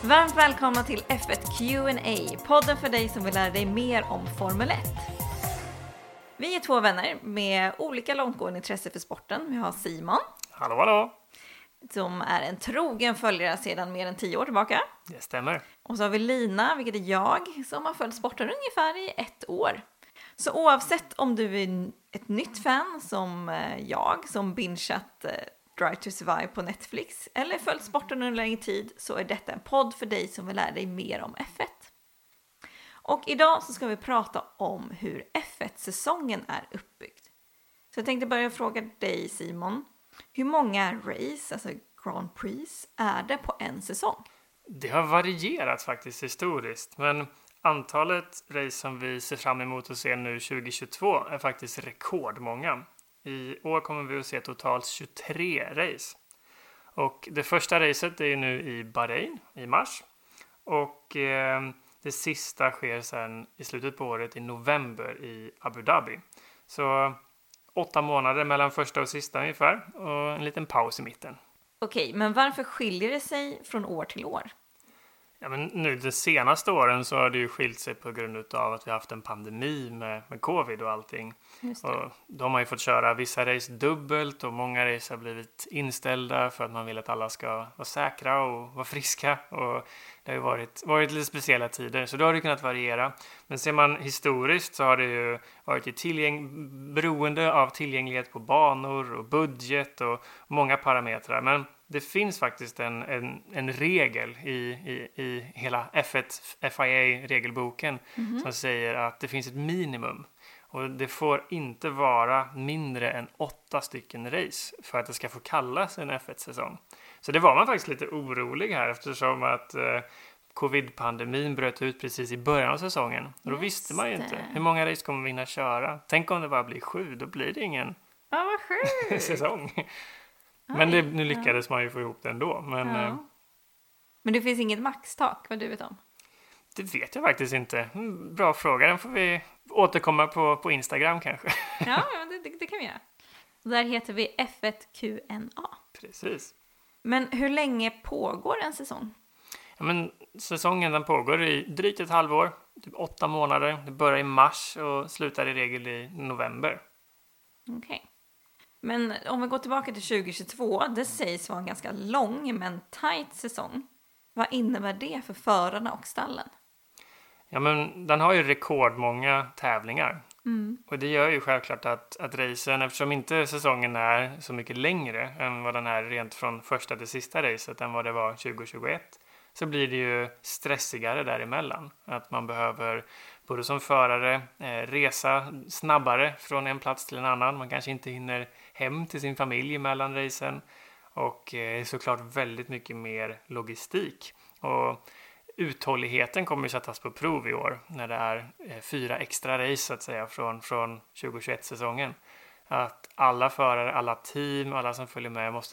Varmt välkomna till F1 Q&A, podden för dig som vill lära dig mer om Formel 1. Vi är två vänner med olika långtgående intresse för sporten. Vi har Simon. Hallå, hallå. Som är en trogen följare sedan mer än 10 år tillbaka. Det stämmer. Och så har vi Lina, vilket är jag, som har följt sporten ungefär i 1 år. Så oavsett om du är ett nytt fan som jag, som bingeat Drive to Survive på Netflix, eller följt sporten under en längre tid, så är detta en podd för dig som vill lära dig mer om F1. Och idag så ska vi prata om hur F1-säsongen är uppbyggd. Så jag tänkte börja fråga dig, Simon, hur många race, alltså Grand Prix, är det på en säsong? Det har varierat faktiskt historiskt, men antalet race som vi ser fram emot att se nu 2022 är faktiskt rekordmånga. I år kommer vi att se totalt 23 race. Och det första racet är nu i Bahrain i mars. Och det sista sker sedan i slutet på året i november i Abu Dhabi. Så 8 månader mellan första och sista ungefär. Och en liten paus i mitten. Okej, men varför skiljer det sig från år till år? Ja, men nu de senaste åren så har det ju skilt sig på grund av att vi har haft en pandemi med covid och allting. Och de har ju fått köra vissa race dubbelt och många race har blivit inställda för att man vill att alla ska vara säkra och vara friska. Och det har ju varit lite speciella tider, så då har det kunnat variera. Men ser man historiskt så har det ju varit beroende av tillgänglighet på banor och budget och många parametrar. Men det finns faktiskt en regel i hela F1 FIA-regelboken som säger att det finns ett minimum. Och det får inte vara mindre än 8 stycken race för att det ska få kallas en F1-säsong. Så det var man faktiskt lite orolig här eftersom att covid-pandemin bröt ut precis i början av säsongen. Och då visste man ju inte hur många race kommer vi hinna köra. Tänk om det bara blir 7, då blir det ingen säsong. Men nu lyckades man ju få ihop det ändå. Men det finns inget maxtak, vad du vet om? Det vet jag faktiskt inte. Bra fråga, den får vi återkomma på Instagram kanske. Ja, det kan vi göra. Och där heter vi F1 Q&A. Precis. Men hur länge pågår en säsong? Ja, men säsongen den pågår i drygt ett halvår. Typ 8 månader. Det börjar i mars och slutar i regel i november. Okej. Men om vi går tillbaka till 2022, det sägs vara en ganska lång men tight säsong. Vad innebär det för förarna och stallen? Ja, men den har ju rekordmånga tävlingar. Och det gör ju självklart att racen, eftersom inte säsongen är så mycket längre än vad den är rent från första till sista racet än vad det var 2021, så blir det ju stressigare däremellan. Att man behöver både som förare resa snabbare från en plats till en annan. Man kanske inte hinner hem till sin familj mellan racen. Och såklart väldigt mycket mer logistik. Och uthålligheten kommer ju sättas på prov i år när det är 4 extra race så att säga från 2021-säsongen. Att alla förare, alla team, alla som följer med måste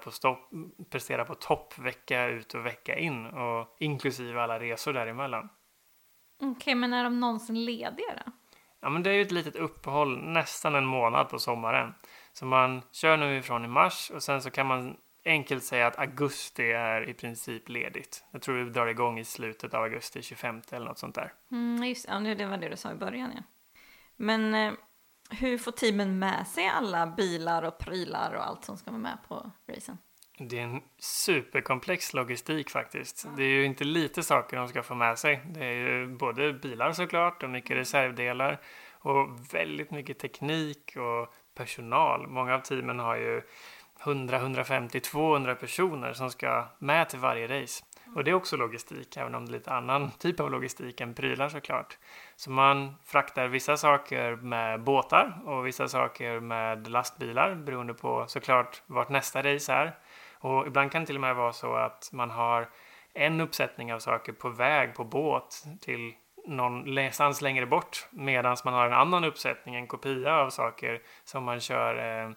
prestera på topp vecka ut och vecka in. Och inklusive alla resor däremellan. Okej, men är de någonsin lediga då? Ja, men det är ju ett litet uppehåll nästan en månad på sommaren. Så man kör nu ifrån i mars och sen så kan man enkelt säga att augusti är i princip ledigt. Jag tror vi drar igång i slutet av augusti, 25 eller något sånt där. Just det var det du sa i början, ja. Men hur får teamen med sig alla bilar och prylar och allt som ska vara med på racen? Det är en superkomplex logistik faktiskt. Det är ju inte lite saker de ska få med sig. Det är ju både bilar såklart och mycket reservdelar och väldigt mycket teknik och personal. Många av teamen har ju 100, 150, 200 personer som ska med till varje race. Och det är också logistik, även om det är lite annan typ av logistik än prylar såklart. Så man fraktar vissa saker med båtar och vissa saker med lastbilar beroende på såklart vart nästa race är. Och ibland kan det till och med vara så att man har en uppsättning av saker på väg på båt till någonstans längre bort medan man har en annan uppsättning, en kopia av saker som man kör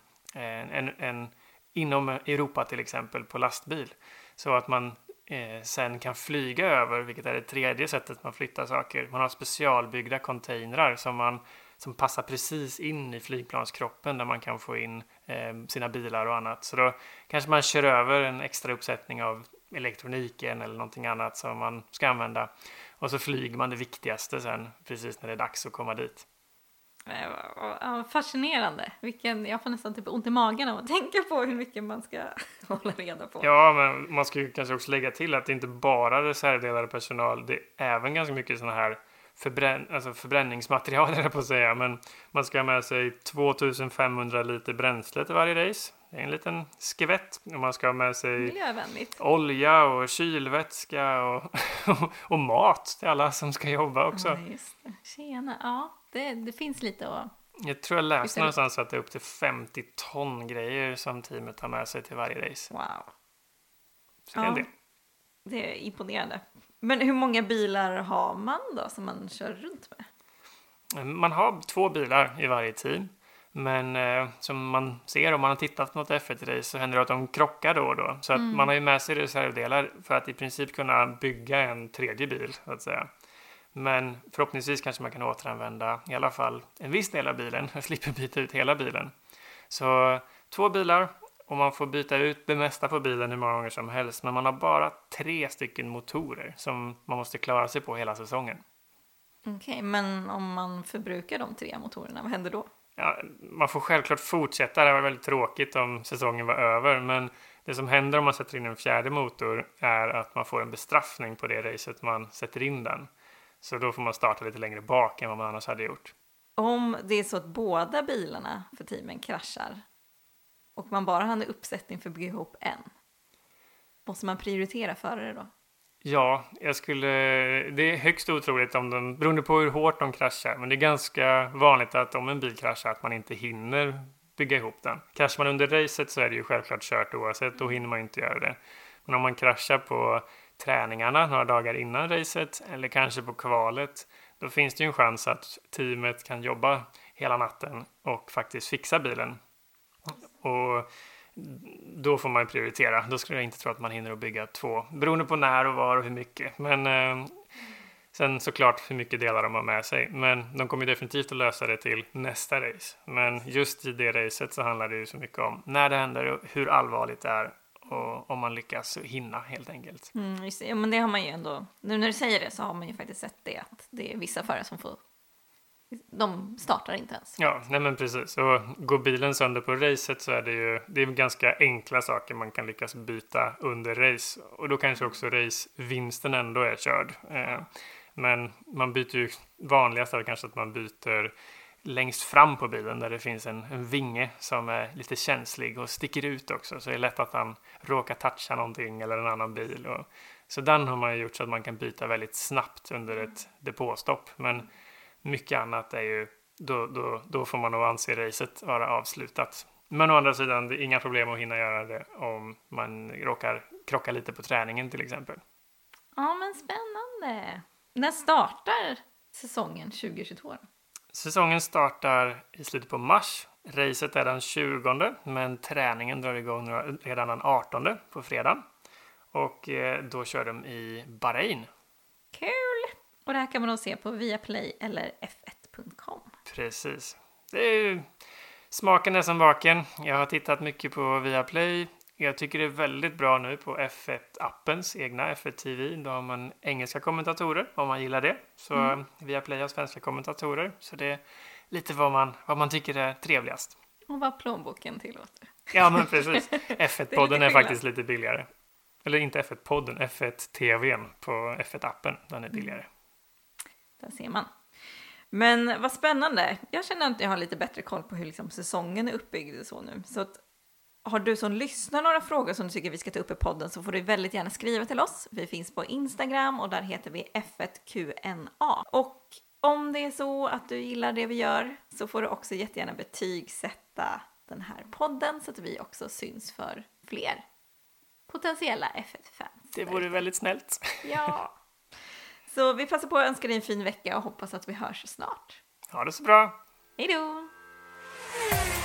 inom Europa till exempel på lastbil. Så att man sen kan flyga över, vilket är det tredje sättet man flyttar saker. Man har specialbyggda containrar som passar precis in i flygplanskroppen där man kan få in sina bilar och annat. Så då kanske man kör över en extra uppsättning av elektroniken eller någonting annat som man ska använda. Och så flyger man det viktigaste sen, precis när det är dags att komma dit. Ja, fascinerande. Jag får nästan typ ont i magen av att tänka på hur mycket man ska hålla reda på. Ja, men man ska ju kanske också lägga till att det inte bara reservdelar och personal. Det är även ganska mycket sådana här förbränningsmaterial, eller på att säga. Men man ska ha med sig 2500 liter bränsle till varje race. Det är en liten skvätt. Och man ska ha med sig olja och kylvätska och mat till alla som ska jobba också. Ja, just det. Tjena. Ja, det finns lite att... Jag tror jag läste någonstans att det är upp till 50 ton grejer som teamet har med sig till varje race. Wow. Så det är en del. Det är imponerande. Men hur många bilar har man då som man kör runt med? Man har 2 bilar i varje team. Men som man ser om man har tittat på något F1-race så händer det att de krockar då och då. Så att man har ju med sig reservdelar för att i princip kunna bygga en tredje bil, så att säga. Men förhoppningsvis kanske man kan återanvända i alla fall en viss del av bilen och slipper byta ut hela bilen. Så 2 bilar och man får byta ut det mesta på bilen hur många gånger som helst. Men man har bara 3 stycken motorer som man måste klara sig på hela säsongen. Okej, men om man förbrukar de 3 motorerna, vad händer då? Ja, man får självklart fortsätta. Det var väldigt tråkigt om säsongen var över. Men det som händer om man sätter in en 4:e motor är att man får en bestraffning på det racet man sätter in den. Så då får man starta lite längre bak än vad man annars hade gjort. Om det är så att båda bilarna för teamen kraschar och man bara har en uppsättning för att bygga ihop en, måste man prioritera förare då? Ja, det är högst otroligt beroende på hur hårt de kraschar. Men det är ganska vanligt att om en bil kraschar att man inte hinner bygga ihop den. Kraschar man under racet så är det ju självklart kört oavsett, då hinner man inte göra det. Men om man kraschar på träningarna några dagar innan racet eller kanske på kvalet, då finns det ju en chans att teamet kan jobba hela natten och faktiskt fixa bilen. Och då får man prioritera. Då skulle jag inte tro att man hinner att bygga 2. Beroende på när och var och hur mycket. Men sen såklart hur mycket delar de har med sig. Men de kommer definitivt att lösa det till nästa race. Men just i det racet så handlar det ju så mycket om när det händer och hur allvarligt det är. Och om man lyckas hinna helt enkelt. Just det. Ja, men det har man ju ändå. Nu när du säger det så har man ju faktiskt sett det. Att det är vissa förare som de startar inte ens. Ja, nej men precis. Och går bilen sönder på racet så är det är ganska enkla saker man kan lyckas byta under race. Och då kanske också racevinsten ändå är körd. Men man byter ju vanligast är kanske att man byter längst fram på bilen där det finns en vinge som är lite känslig och sticker ut också. Så det är lätt att han råkar toucha någonting eller en annan bil. Så den har man gjort så att man kan byta väldigt snabbt under ett depåstopp. Men mycket annat är ju, då får man nog anse racet vara avslutat. Men å andra sidan, det är inga problem att hinna göra det om man råkar krocka lite på träningen till exempel. Ja, men spännande. När startar säsongen 2022? Säsongen startar i slutet på mars. Racet är den 20, men träningen drar igång redan den 18 på fredag. Och då kör de i Bahrain. Kul! Och det här kan man nog se på Viaplay eller f1.com. Precis. Smaken är som baken. Jag har tittat mycket på Viaplay. Jag tycker det är väldigt bra nu på F1-appens egna F1 TV. Då har man engelska kommentatorer om man gillar det. Så Viaplay har svenska kommentatorer. Så det är lite vad man tycker är trevligast. Och vad plånboken tillåter. Ja, men precis. F1-podden är faktiskt lite billigare. Eller inte F1-podden, F1-tvn på F1-appen. Den är billigare. Där ser man. Men vad spännande. Jag känner att jag har lite bättre koll på hur liksom säsongen är uppbyggd och så nu. Så att, har du som lyssnar några frågor som du tycker vi ska ta upp i podden så får du väldigt gärna skriva till oss. Vi finns på Instagram och där heter vi F1QNA. Och om det är så att du gillar det vi gör så får du också jättegärna betygsätta den här podden så att vi också syns för fler potentiella F1-fans. Det vore väldigt snällt. Ja. Så vi passar på att önska dig en fin vecka och hoppas att vi hörs snart. Ha det så bra. Hej då!